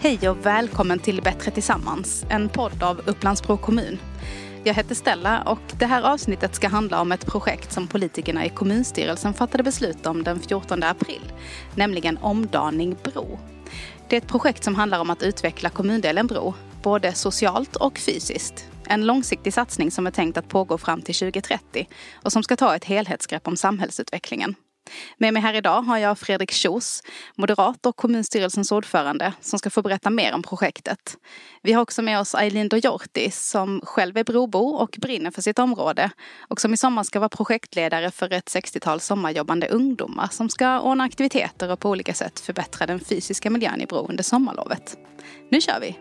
Hej och välkommen till Bättre tillsammans, en podd av Upplands-Bro kommun. Jag heter Stella och det här avsnittet ska handla om ett projekt som politikerna i kommunstyrelsen fattade beslut om den 14 april, nämligen Omdaning Bro. Det är ett projekt som handlar om att utveckla kommundelen Bro, både socialt och fysiskt. En långsiktig satsning som är tänkt att pågå fram till 2030 och som ska ta ett helhetsgrepp om samhällsutvecklingen. Med mig här idag har jag Fredrik Kjos, moderat och kommunstyrelsens ordförande, som ska få berätta mer om projektet. Vi har också med oss Eileen Dojorti som själv är brobo och brinner för sitt område och som i sommar ska vara projektledare för ett 60-tal sommarjobbande ungdomar som ska ordna aktiviteter och på olika sätt förbättra den fysiska miljön i Bro under sommarlovet. Nu kör vi!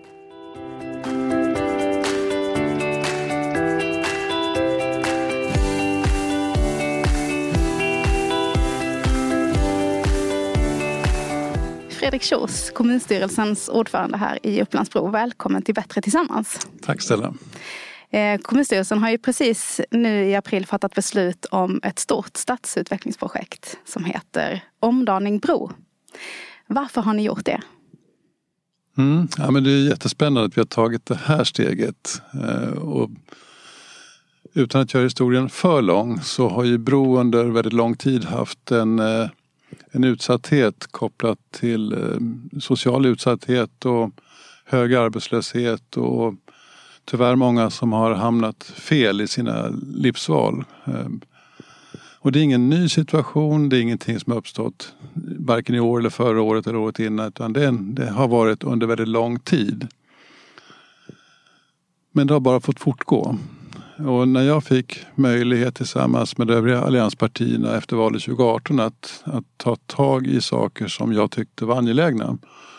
Fredrik Kjos, kommunstyrelsens ordförande här i Upplands-Bro. Välkommen till Bättre tillsammans. Tack Stella. Kommunstyrelsen har ju precis nu i april fattat beslut om ett stort stadsutvecklingsprojekt som heter Omdaning Bro. Varför har ni gjort det? Ja, men det är jättespännande att vi har tagit det här steget. Och utan att göra historien för lång så har ju Bro under väldigt lång tid haft en utsatthet kopplat till social utsatthet och hög arbetslöshet och tyvärr många som har hamnat fel i sina livsval. Och det är ingen ny situation, det är ingenting som har uppstått varken i år eller förra året eller året innan, utan det har varit under väldigt lång tid. Men det har bara fått fortgå. Och när jag fick möjlighet tillsammans med de övriga allianspartierna efter valet 2018 att ta tag i saker som jag tyckte var angelägna.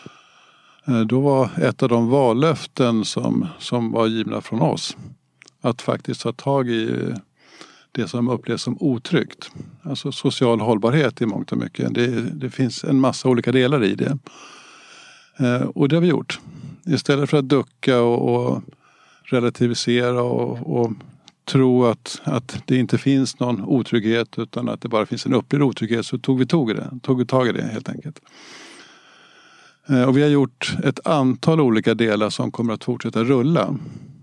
Då var ett av de vallöften som var givna från oss att faktiskt ta tag i det som upplevs som otryggt. Alltså social hållbarhet i mångt och mycket. Det finns en massa olika delar i det. Och det har vi gjort. Istället för att ducka och relativisera och tro att det inte finns någon otrygghet utan att det bara finns en upplevd otrygghet, så tog vi tag i det helt enkelt. Och vi har gjort ett antal olika delar som kommer att fortsätta rulla.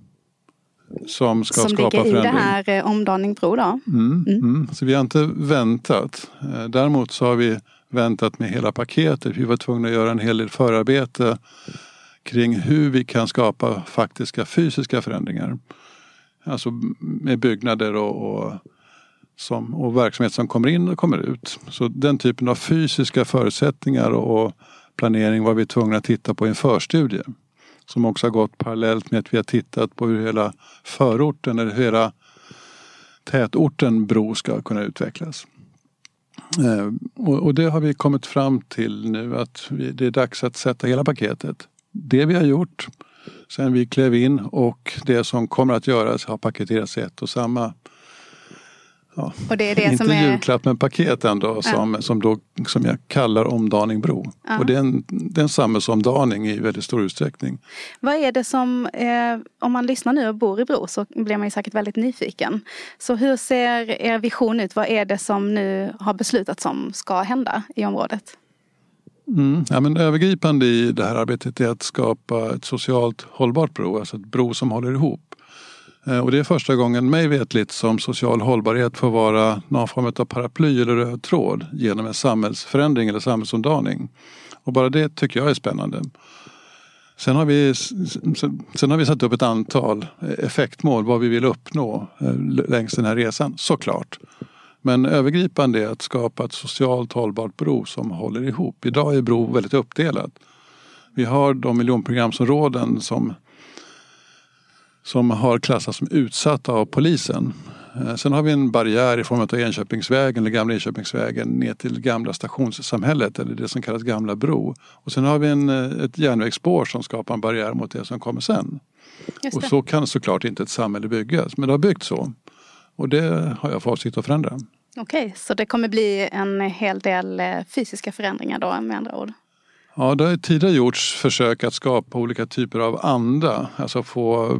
Som ska skapa förändring. Som ligger i det här Omdaning Bro då? Så vi har inte väntat. Däremot så har vi väntat med hela paketet. Vi var tvungna att göra en hel del förarbete kring hur vi kan skapa faktiska fysiska förändringar. Alltså med byggnader och verksamhet som kommer in och kommer ut. Så den typen av fysiska förutsättningar och planering var vi tvungna att titta på i en förstudie. Som också har gått parallellt med att vi har tittat på hur hela förorten eller hur hela tätorten Bro ska kunna utvecklas. Och det har vi kommit fram till nu att det är dags att sätta hela paketet. Det vi har gjort sen vi klev in och det som kommer att göras har paketerats ett och samma. Ja, och det är det inte som är julklapp men paket ändå som jag kallar Omdaning Bro. Ja. Och det är en samhällsomdaning i väldigt stor utsträckning. Vad är det som, om man lyssnar nu och bor i Bro så blir man ju säkert väldigt nyfiken. Så hur ser er vision ut? Vad är det som nu har beslutats som ska hända i området? Ja, men övergripande i det här arbetet är att skapa ett socialt hållbart Bro, alltså ett Bro som håller ihop. Och det är första gången mig vetligt som social hållbarhet får vara någon form av paraply eller röd tråd genom en samhällsförändring eller samhällsomdaning. Och bara det tycker jag är spännande. Sen har vi satt upp ett antal effektmål vad vi vill uppnå längs den här resan, såklart. Men övergripande är att skapa ett socialt hållbart Bro som håller ihop. Idag är Bro väldigt uppdelat. Vi har de miljonprogramsområden som har klassats som utsatta av polisen. Sen har vi en barriär i form av Enköpingsvägen eller gamla Enköpingsvägen ner till gamla stationssamhället eller det som kallas gamla Bro. Och sen har vi ett järnvägsspår som skapar en barriär mot det som kommer sen. Och så kan såklart inte ett samhälle byggas, men det har byggt så. Och det har jag för avsikt att förändra. Okej, så det kommer bli en hel del fysiska förändringar då med andra ord? Ja, det har tidigare gjorts försök att skapa olika typer av anda. Alltså få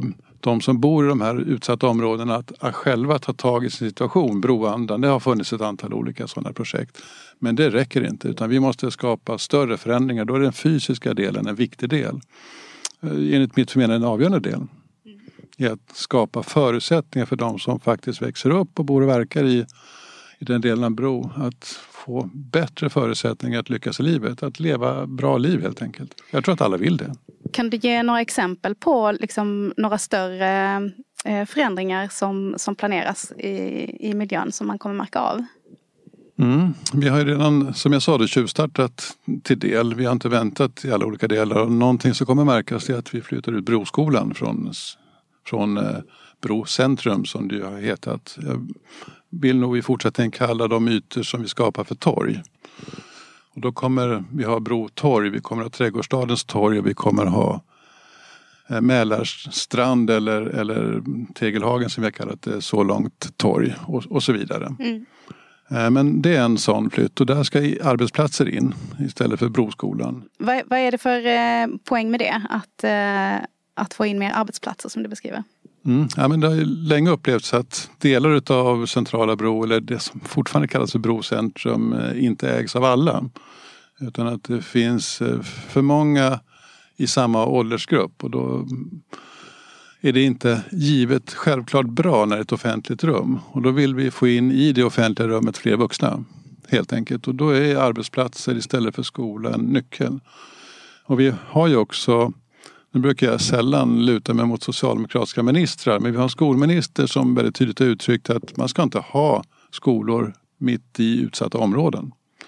de som bor i de här utsatta områdena att själva ta tag i sin situation, broandan. Det har funnits ett antal olika sådana projekt. Men det räcker inte, utan vi måste skapa större förändringar. Då är den fysiska delen en viktig del. Enligt mitt förmenande en avgörande del. I att skapa förutsättningar för de som faktiskt växer upp och bor och verkar i den delen av Bro. Att få bättre förutsättningar att lyckas i livet. Att leva bra liv helt enkelt. Jag tror att alla vill det. Kan du ge några exempel på liksom, några större förändringar som planeras i miljön som man kommer märka av? Vi har ju redan, som jag sa, det tjuvstartat till del. Vi har inte väntat i alla olika delar. Och någonting som kommer märkas är att vi flyttar ut Broskolan från Bro centrum som det har hetat. Jag vill nog i fortsättningen kalla de ytor som vi skapar för torg. Och då kommer vi ha Brotorg, vi kommer ha Trädgårdsstadens torg och vi kommer ha Mälarstrand eller Tegelhagen som vi har kallat det, så långt torg och så vidare. Men det är en sån flytt och där ska arbetsplatser in istället för Broskolan. Vad är det för poäng med det? Att få in mer arbetsplatser som du beskriver? Ja, men det har ju länge upplevts att delar av centrala Bro eller det som fortfarande kallas för Brocentrum inte ägs av alla. Utan att det finns för många i samma åldersgrupp och då är det inte givet självklart bra när det är ett offentligt rum. Och då vill vi få in i det offentliga rummet fler vuxna helt enkelt. Och då är arbetsplatser istället för skolan nyckeln. Och vi har ju också, nu brukar jag sällan luta mig mot socialdemokratiska ministrar, men vi har en skolminister som väldigt tydligt har uttryckt att man ska inte ha skolor mitt i utsatta områden.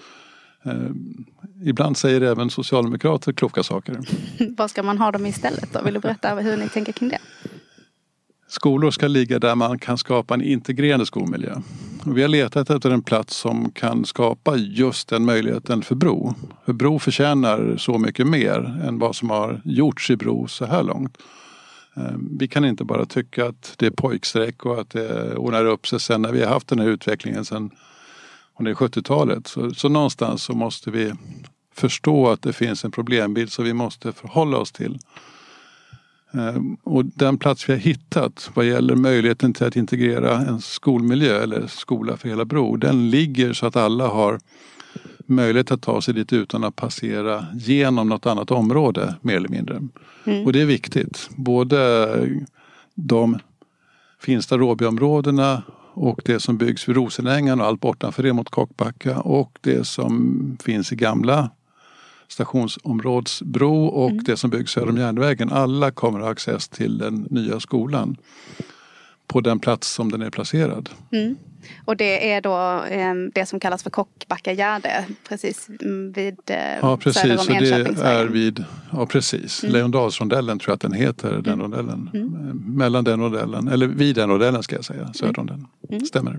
Ibland säger även socialdemokrater kloka saker. Vad ska man ha dem istället då? Vill du berätta hur ni tänker kring det? Skolor ska ligga där man kan skapa en integrerande skolmiljö. Och vi har letat efter en plats som kan skapa just den möjligheten för Bro. För Bro förtjänar så mycket mer än vad som har gjorts i Bro så här långt. Vi kan inte bara tycka att det är pojksträck och att det ordnar upp sig sen när vi har haft den här utvecklingen sen under 70-talet. Så någonstans så måste vi förstå att det finns en problembild som vi måste förhålla oss till. Och den plats vi har hittat vad gäller möjligheten till att integrera en skolmiljö eller skola för hela Bro, den ligger så att alla har möjlighet att ta sig dit utan att passera genom något annat område mer eller mindre. Och det är viktigt. Både de finsta Råbyområdena och det som byggs vid Rosenängen och allt bortanför det mot Kockbacka och det som finns i gamla stationsområdsbro och det som byggs söder om järnvägen. Alla kommer att ha access till den nya skolan på den plats som den är placerad. Och det är då det som kallas för Kockbacka Gärde precis vid söder om Enköpingsvägen. Ja, precis. Leondalsrondellen tror jag att den heter, den rondellen. Mellan den rondellen, eller vid den rondellen ska jag säga, söderrondellen. Stämmer.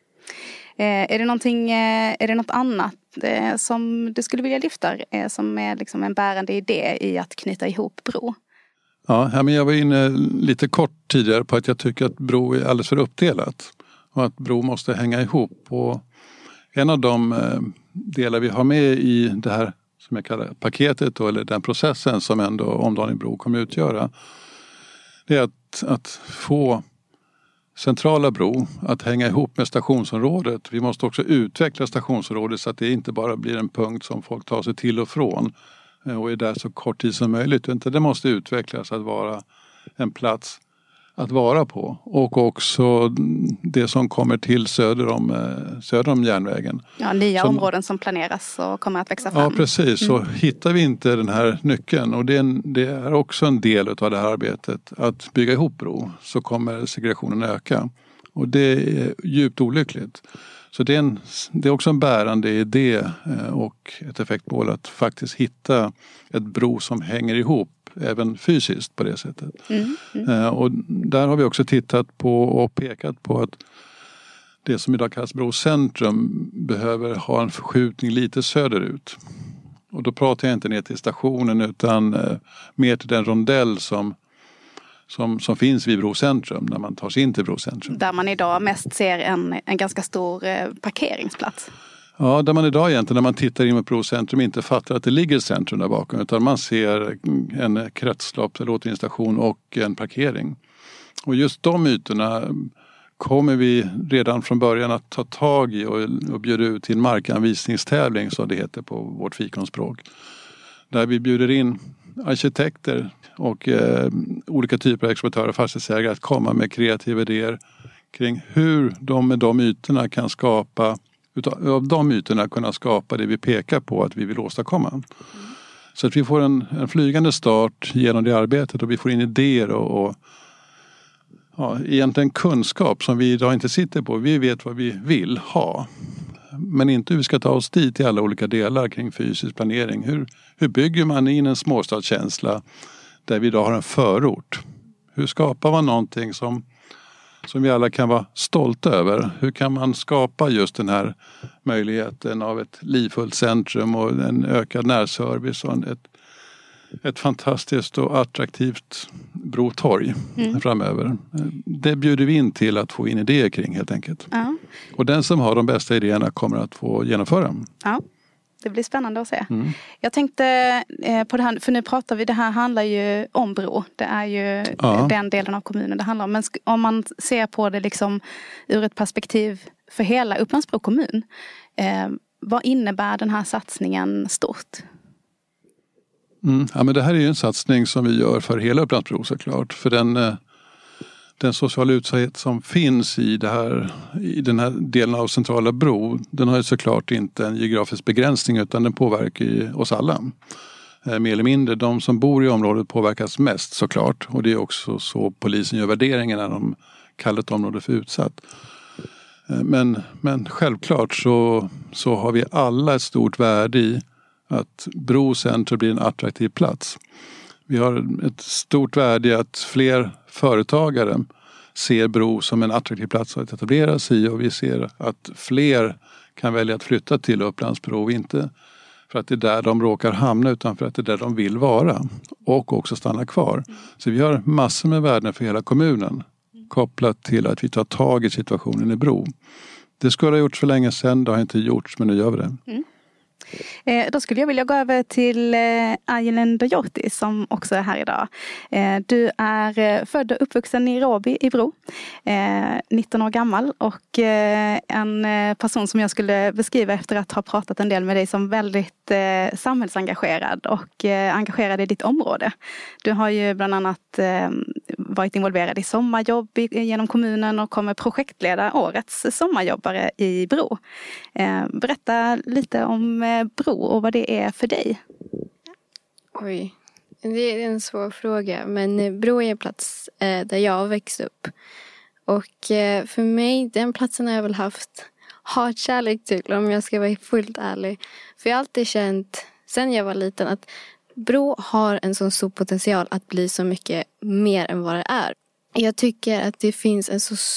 Är det något annat som du skulle vilja lyfta som är liksom en bärande idé i att knyta ihop Bro? Ja, men jag var inne lite kort tidigare på att jag tycker att Bro är alldeles för uppdelat och att Bro måste hänga ihop. Och en av de delar vi har med i det här som jag kallar paketet då, eller den processen som ändå omdaning Bro kommer utgöra, det är att få centrala Bro att hänga ihop med stationsområdet. Vi måste också utveckla stationsområdet så att det inte bara blir en punkt som folk tar sig till och från och är där så kort tid som möjligt. Utan det måste utvecklas att vara en plats att vara på. Och också det som kommer till söder om järnvägen. Ja, nya områden som planeras och kommer att växa fram. Ja, precis. Så hittar vi inte den här nyckeln och det är också en del av det här arbetet att bygga ihop Bro så kommer segregationen öka. Och det är djupt olyckligt. Så det är också en bärande idé och ett effektmål att faktiskt hitta ett Bro som hänger ihop även fysiskt på det sättet. Och där har vi också tittat på och pekat på att det som idag kallas Brocentrum behöver ha en förskjutning lite söderut. Och då pratar jag inte ner till stationen utan mer till den rondell som finns vid Brocentrum när man tar sig in till Brocentrum. Där man idag mest ser en ganska stor parkeringsplats. Ja, där man idag egentligen när man tittar in mot Brocentrum inte fattar att det ligger ett centrum där bakom utan man ser en kretslopp eller återvinningsstation och en parkering. Och just de ytorna kommer vi redan från början att ta tag i och bjuda ut till en markanvisningstävling, som det heter på vårt fikonspråk. Där vi bjuder in arkitekter och olika typer av exploatörer och fastighetsägare att komma med kreativa idéer kring hur de med de ytorna kan skapa, av de ytorna kunna skapa det vi pekar på att vi vill åstadkomma. Så att vi får en flygande start genom det arbetet och vi får in idéer och egentligen kunskap som vi idag inte sitter på. Vi vet vad vi vill ha. Men inte hur vi ska ta oss dit i alla olika delar kring fysisk planering. Hur bygger man in en småstadskänsla där vi idag har en förort? Hur skapar man någonting som vi alla kan vara stolta över? Hur kan man skapa just den här möjligheten av ett livfullt centrum och en ökad närservice och ett fantastiskt och attraktivt brotorg framöver. Det bjuder vi in till att få in idéer kring helt enkelt. Ja. Och den som har de bästa idéerna kommer att få genomföra dem. Ja, det blir spännande att se. Jag tänkte på det här, för nu pratar vi, det här handlar ju om Bro. Det är ju den delen av kommunen det handlar om. Men om man ser på det liksom ur ett perspektiv för hela Upplands-Bro kommun. Vad innebär den här satsningen stort? Ja, men det här är ju en satsning som vi gör för hela Upplands-Bro såklart. För den sociala utsatthet som finns i den här delen av centrala Bro, den har ju såklart inte en geografisk begränsning utan den påverkar ju oss alla. Mer eller mindre, de som bor i området påverkas mest såklart. Och det är också så polisen gör värderingen när de kallar ett område för utsatt. Men självklart så har vi alla ett stort värde i att Bro centrum blir en attraktiv plats. Vi har ett stort värde i att fler företagare ser Bro som en attraktiv plats att etablera sig i och vi ser att fler kan välja att flytta till Upplands-Bro, inte för att det är där de råkar hamna utan för att det är där de vill vara och också stanna kvar. Så vi har massor med värden för hela kommunen kopplat till att vi tar tag i situationen i Bro. Det skulle ha gjorts för länge sedan, det har inte gjorts, men nu gör vi det. Då skulle jag vilja gå över till Aylin Dojoti som också är här idag. Du är född och uppvuxen i Nairobi i Bro, 19 år gammal och en person som jag skulle beskriva efter att ha pratat en del med dig som väldigt samhällsengagerad och engagerad i ditt område. Du har ju bland annat varit involverad i sommarjobb genom kommunen och kommer projektleda årets sommarjobbare i Bro. Berätta lite om Bro och vad det är för dig. Oj, det är en svår fråga. Men Bro är en plats där jag växte upp. Och för mig, den platsen har jag väl haft hatkärlek till, om jag ska vara fullt ärlig. För jag har alltid känt, sen jag var liten, att Bro har en sån stor potential att bli så mycket mer än vad det är. Jag tycker att det finns en så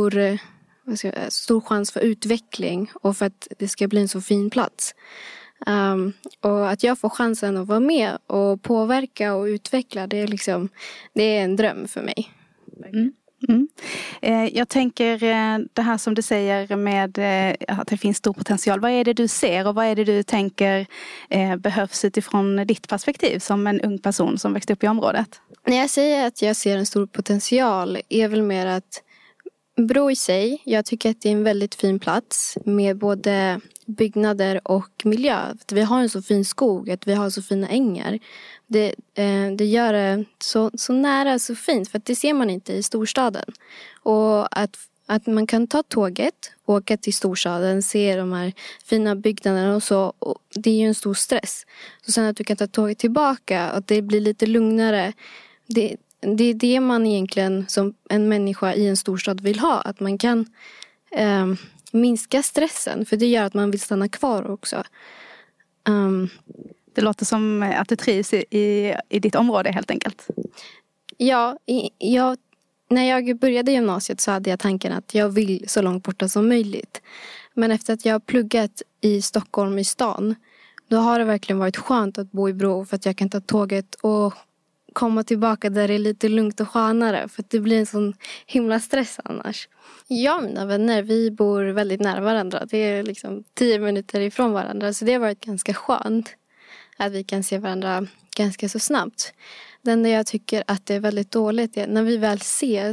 stor chans för utveckling och för att det ska bli en så fin plats. Och att jag får chansen att vara med och påverka och utveckla, det är en dröm för mig. Jag tänker det här som du säger med att det finns stor potential. Vad är det du ser och vad är det du tänker behövs utifrån ditt perspektiv som en ung person som växte upp i området? När jag säger att jag ser en stor potential är väl mer att Bro i sig, jag tycker att det är en väldigt fin plats med både byggnader och miljö. Att vi har en så fin skog, att vi har så fina ängar. Det gör det så nära, så fint, för att det ser man inte i storstaden. Och att man kan ta tåget, åka till storstaden, se de här fina byggnaderna och så, och det är ju en stor stress. Så sen att du kan ta tåget tillbaka och att det blir lite lugnare, det är det man egentligen som en människa i en storstad vill ha. Att man kan minska stressen. För det gör att man vill stanna kvar också. Det låter som att du trivs i ditt område helt enkelt. Ja, när jag började gymnasiet så hade jag tanken att jag vill så långt borta som möjligt. Men efter att jag har pluggat i Stockholm i stan, då har det verkligen varit skönt att bo i Bro. För att jag kan ta tåget och komma tillbaka där det är lite lugnt och skönare. För att det blir en sån himla stress annars. Jag och mina vänner, vi bor väldigt nära varandra. Det är 10 minuter ifrån varandra. Så det har varit ganska skönt att vi kan se varandra ganska så snabbt. Det enda jag tycker att det är väldigt dåligt är när vi väl ses,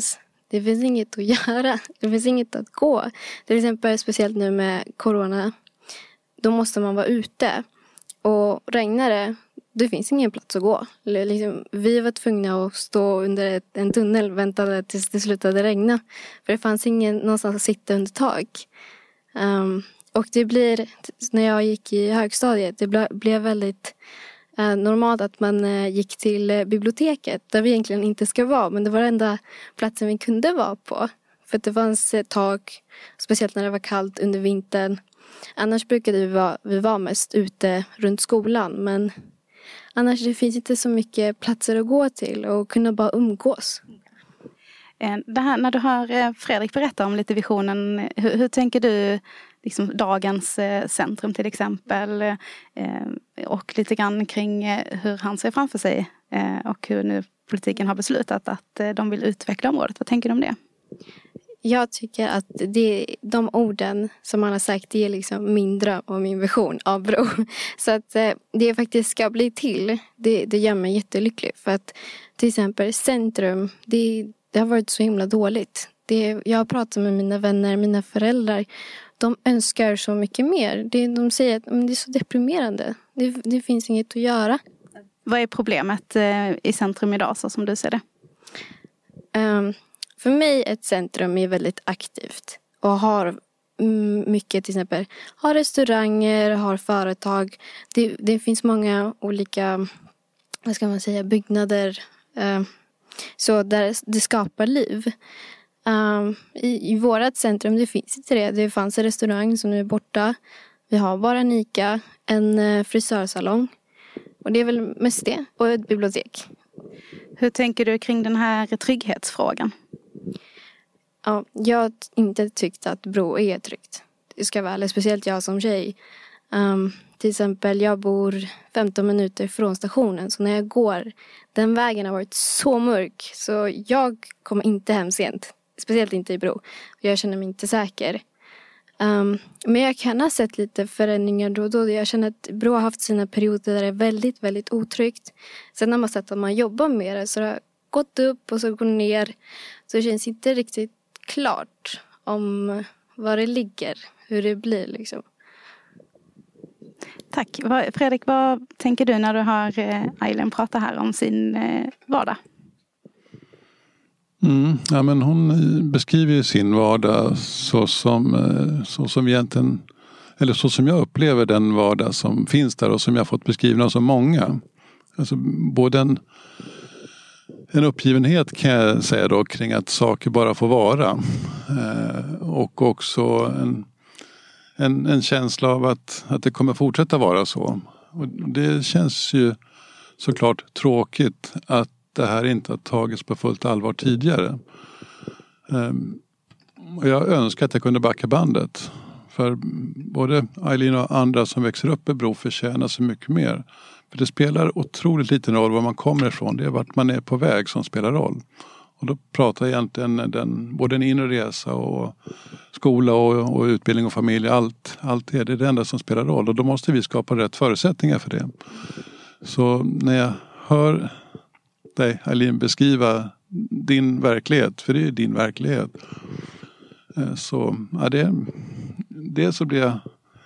Det finns inget att göra. Det finns inget att gå. Till exempel speciellt nu med corona. Då måste man vara ute. Och regnar det finns ingen plats att gå. Liksom, vi var tvungna att stå under en tunnel väntade tills det slutade regna. För det fanns ingen någonstans att sitta under tak. Och det blir, när jag gick i högstadiet, det blev väldigt normalt att man gick till biblioteket. Där vi egentligen inte ska vara. Men det var den enda platsen vi kunde vara på. För att det fanns tak, speciellt när det var kallt under vintern. Annars brukade vi vara mest ute runt skolan. Men annars det finns inte så mycket platser att gå till och kunna bara umgås. Det här, när du hör Fredrik berätta om lite visionen, hur tänker du liksom dagens centrum till exempel och lite grann kring hur han ser framför sig och hur nu politiken har beslutat att de vill utveckla området. Vad tänker du om det? Jag tycker att de orden som han har sagt, det är liksom min dröm och min vision av Bro. Så att det faktiskt ska bli till, det gör mig jättelycklig. För att till exempel centrum, det har varit så himla dåligt. Jag har pratat med mina vänner, mina föräldrar. De önskar så mycket mer. De säger att det är så deprimerande. Det finns inget att göra. Vad är problemet i centrum idag så som du ser det? För mig ett centrum är väldigt aktivt. Och har mycket till exempel. Har restauranger, har företag. Det finns många olika, vad ska man säga, byggnader. Så där det skapar liv. I vårat centrum det finns inte det. Det fanns en restaurang som nu är borta. Vi har bara en ICA, en frisörsalong. Och det är väl mest det. Och ett bibliotek. Hur tänker du kring den här trygghetsfrågan? Ja, jag har inte tyckt att Bro är tryggt. Det ska vara ärligt, speciellt jag som tjej. Till exempel, jag bor 15 minuter från stationen. Så när jag går, den vägen har varit så mörk. Så jag kommer inte hem sent. Speciellt inte i Bro. Jag känner mig inte säker. Men jag kan ha sett lite förändringar då och då. Jag känner att Bro har haft sina perioder där det är väldigt, väldigt otryggt. Sen har man sett att man jobbar med det. Så det har gått upp och så går ner. Så det känns inte riktigt klart om var det ligger. Hur det blir liksom. Tack. Fredrik, vad tänker du när du hör Aylin prata här om sin vardag? Ja, men hon beskriver sin vardag så som egentligen, eller så som jag upplever den vardag som finns där och som jag fått beskrivna av så många. Alltså både en uppgivenhet kan jag säga då kring att saker bara får vara. Och också en känsla av att det kommer fortsätta vara så. Och det känns ju såklart tråkigt att det här inte har tagits på fullt allvar tidigare. Och jag önskar att jag kunde backa bandet. För både Aylin och andra som växer upp i Bro förtjänar så mycket mer. För det spelar otroligt liten roll var man kommer ifrån. Det är vart man är på väg som spelar roll. Och då pratar egentligen både en inre resa och skola och utbildning och familj. Allt det är det enda som spelar roll. Och då måste vi skapa rätt förutsättningar för det. Så när jag hör dig, Aylin, beskriva din verklighet, för det är din verklighet. Så ja, det så blir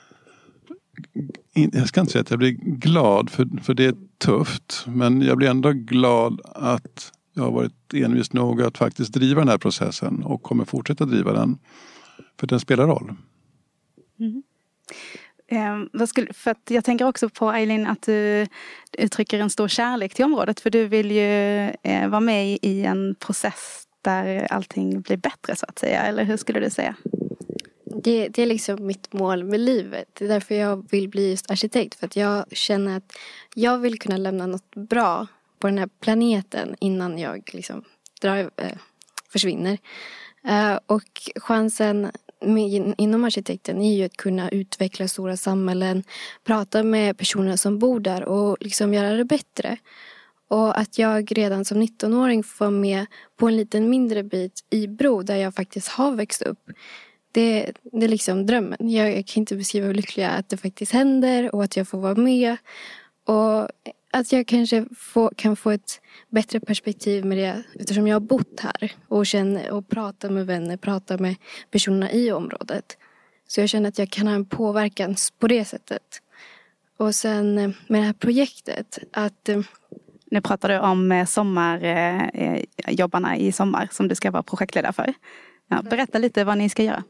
jag ska inte säga att jag blir glad för det är tufft, men jag blir ändå glad att jag har varit envis nog att faktiskt driva den här processen och kommer fortsätta driva den, för den spelar roll. Mm. För att jag tänker också på, Aylin, att du uttrycker en stor kärlek till området, för du vill ju vara med i en process där allting blir bättre så att säga, eller hur skulle du säga? Det är liksom mitt mål med livet. Det är därför jag vill bli just arkitekt, för att jag känner att jag vill kunna lämna något bra på den här planeten innan jag liksom försvinner. Och chansen inom arkitekten är ju att kunna utveckla stora samhällen, prata med personer som bor där och liksom göra det bättre. Och att jag redan som 19-åring får vara med på en liten mindre bit i Bro där jag faktiskt har växt upp. Det är liksom drömmen. Jag kan inte beskriva hur lycklig jag är att det faktiskt händer och att jag får vara med. Och att jag kanske kan få ett bättre perspektiv med det eftersom jag har bott här och pratar med vänner, pratar med personerna i området. Så jag känner att jag kan ha en påverkan på det sättet. Och sen med det här projektet att... Nu pratar du om sommarjobbarna i sommar som du ska vara projektledare för. Ja, berätta lite vad ni ska göra.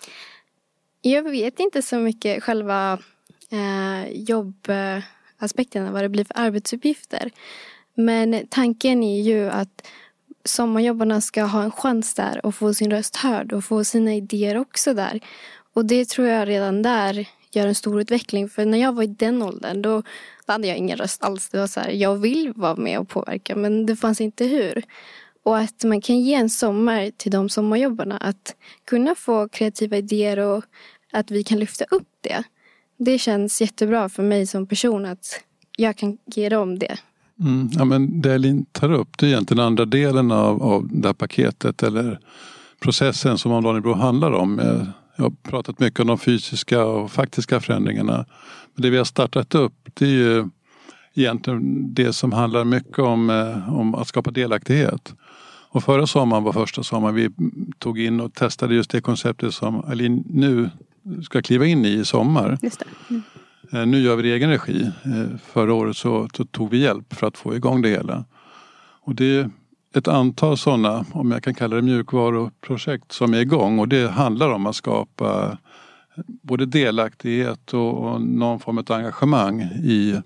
Jag vet inte så mycket själva jobbaspekterna, vad det blir för arbetsuppgifter. Men tanken är ju att sommarjobbarna ska ha en chans där och få sin röst hörd och få sina idéer också där. Och det tror jag redan där gör en stor utveckling. För när jag var i den åldern då hade jag ingen röst alls. Det var så här, jag vill vara med och påverka men det fanns inte hur. Och att man kan ge en sommar till de sommarjobbarna att kunna få kreativa idéer och att vi kan lyfta upp det. Det känns jättebra för mig som person att jag kan ge dem det. Ja, men det Elin tar upp det är egentligen andra delen av det här paketet eller processen som Omdaning Bro handlar om. Jag har pratat mycket om de fysiska och faktiska förändringarna. Men det vi har startat upp det är ju egentligen det som handlar mycket om att skapa delaktighet. Och förra sommaren var första sommaren vi tog in och testade just det konceptet som Elin nu ska kliva in i sommar. Just det. Nu gör vi det i egen regi. Förra året så tog vi hjälp för att få igång det hela. Och det är ett antal sådana, om jag kan kalla det mjukvaruprojekt som är igång. Och det handlar om att skapa både delaktighet och någon form av engagemang i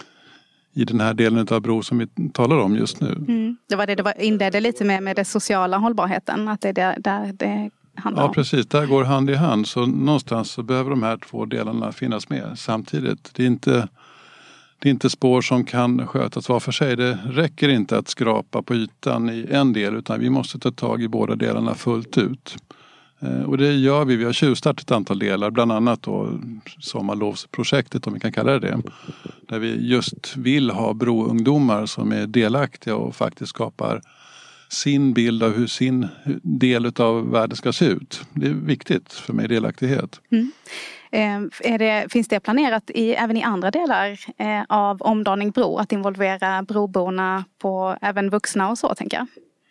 den här delen av Bro som vi talar om just nu. Det var det du inledde lite med det sociala hållbarheten. Att det är där det handlar om. Ja, precis. Där går hand i hand. Så någonstans så behöver de här två delarna finnas med samtidigt. Det är inte spår som kan skötas var för sig. Det räcker inte att skrapa på ytan i en del utan vi måste ta tag i båda delarna fullt ut. Och det gör vi. Vi har tjuvstartat ett antal delar, bland annat då sommarlovsprojektet om vi kan kalla det. Där vi just vill ha broungdomar som är delaktiga och faktiskt skapar sin bild av hur sin del av världen ska se ut. Det är viktigt för mig, delaktighet. Finns det planerat även i andra delar av Omdaning Bro att involvera broborna på även vuxna och så tänker jag?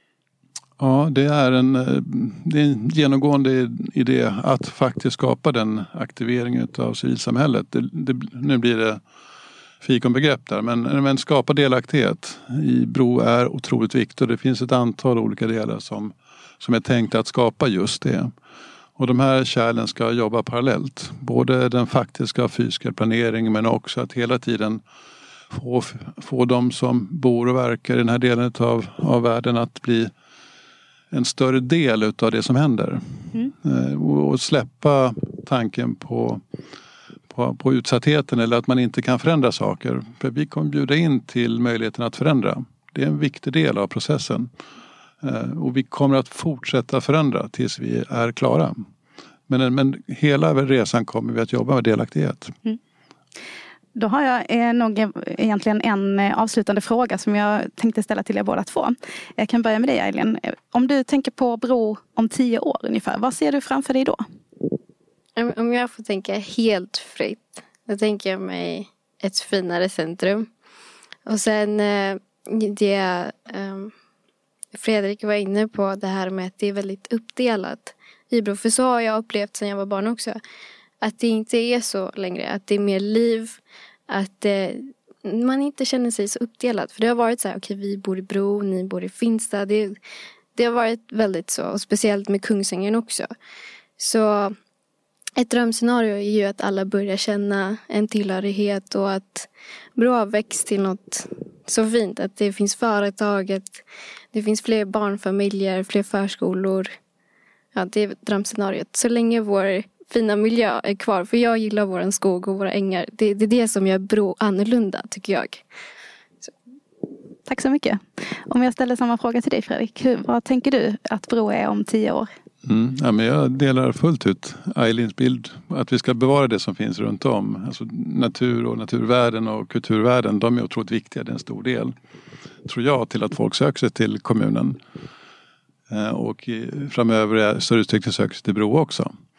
Ja, det är en genomgående idé att faktiskt skapa den aktiveringen av civilsamhället. Nu blir det fikonbegrepp där, men skapa delaktighet i Bro är otroligt viktigt och det finns ett antal olika delar som är tänkt att skapa just det. Och de här kärlen ska jobba parallellt. Både den faktiska och fysiska planeringen men också att hela tiden få de som bor och verkar i den här delen av världen att bli en större del av det som händer. Och släppa tanken på utsattheten eller att man inte kan förändra saker. För vi kommer bjuda in till möjligheten att förändra. Det är en viktig del av processen. Och vi kommer att fortsätta förändra tills vi är klara. Men hela resan kommer vi att jobba med delaktighet. Då har jag nog egentligen en avslutande fråga som jag tänkte ställa till er båda två. Jag kan börja med dig, Eileen. Om du tänker på Bro om 10 år ungefär, vad ser du framför dig då? Om jag får tänka helt fritt, då tänker jag mig ett finare centrum. Och sen det Fredrik var inne på, det här med att det är väldigt uppdelat i Bro. För så har jag upplevt sedan jag var barn också. Att det inte är så längre, att det är mer liv, att man inte känner sig så uppdelad. För det har varit så här, okej, vi bor i Bro, ni bor i Finsta. Det har varit väldigt så, och speciellt med Kungsängen också. Så ett drömscenario är ju att alla börjar känna en tillhörighet och att Bro har växt till något så fint. Att det finns företag, att det finns fler barnfamiljer, fler förskolor. Ja, det är drömscenariot. Så länge vår fina miljö är kvar. För jag gillar våran skog och våra ängar. Det är det som gör Bro annorlunda, tycker jag. Så. Tack så mycket. Om jag ställer samma fråga till dig, Fredrik. Vad tänker du att Bro är om 10 år? Ja, men jag delar fullt ut Eilins bild. Att vi ska bevara det som finns runt om. Alltså natur och naturvärden och kulturvärden. De är otroligt viktiga. Det är en stor del, tror jag, till att folk söker sig till kommunen. Och framöver är större utsträckning söker sig till Bro också.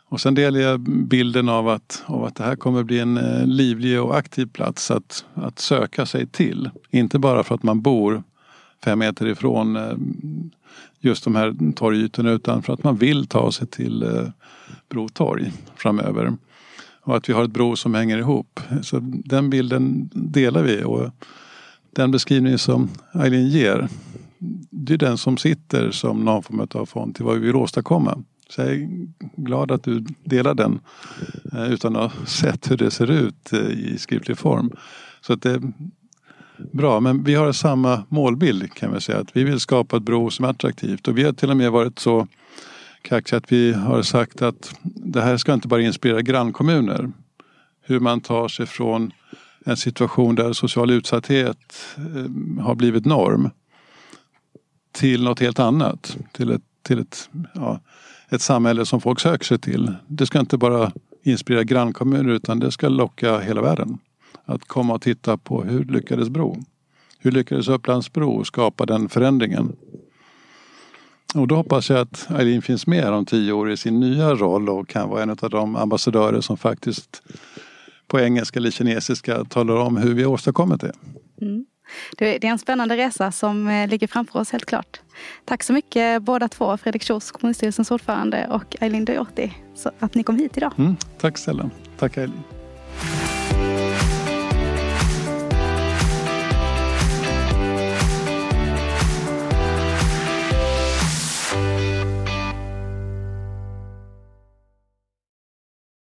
Och sen delar jag bilden av att det här kommer bli en livlig och aktiv plats att söka sig till. Inte bara för att man bor 5 meter ifrån just de här torgytorna, utan för att man vill ta sig till Brotorg framöver. Och att vi har ett bro som hänger ihop. Så den bilden delar vi, och den beskrivning som Eileen ger, det är den som sitter som någon form av fond till vad vi vill åstadkomma. Så jag är glad att du delar den utan att ha sett hur det ser ut i skriftlig form. Så att det är bra, men vi har samma målbild kan man säga. Att vi vill skapa ett bro som är attraktivt, och vi har till och med varit så kaxiga att vi har sagt att det här ska inte bara inspirera grannkommuner. Hur man tar sig från en situation där social utsatthet har blivit norm till något helt annat. Till ett samhälle som folk söker sig till. Det ska inte bara inspirera grannkommuner, utan det ska locka hela världen. Att komma och titta på hur lyckades Bro. Hur lyckades Upplands Bro skapa den förändringen. Och då hoppas jag att Eileen finns med om 10 år i sin nya roll och kan vara en av de ambassadörer som faktiskt på engelska eller kinesiska talar om hur vi har åstadkommit det. Mm. Det är en spännande resa som ligger framför oss helt klart. Tack så mycket båda två, Fredrik Kjos, kommunstyrelsens ordförande, och Eileen Dujorti, så att ni kom hit idag. Tack Stella. Tack Eileen.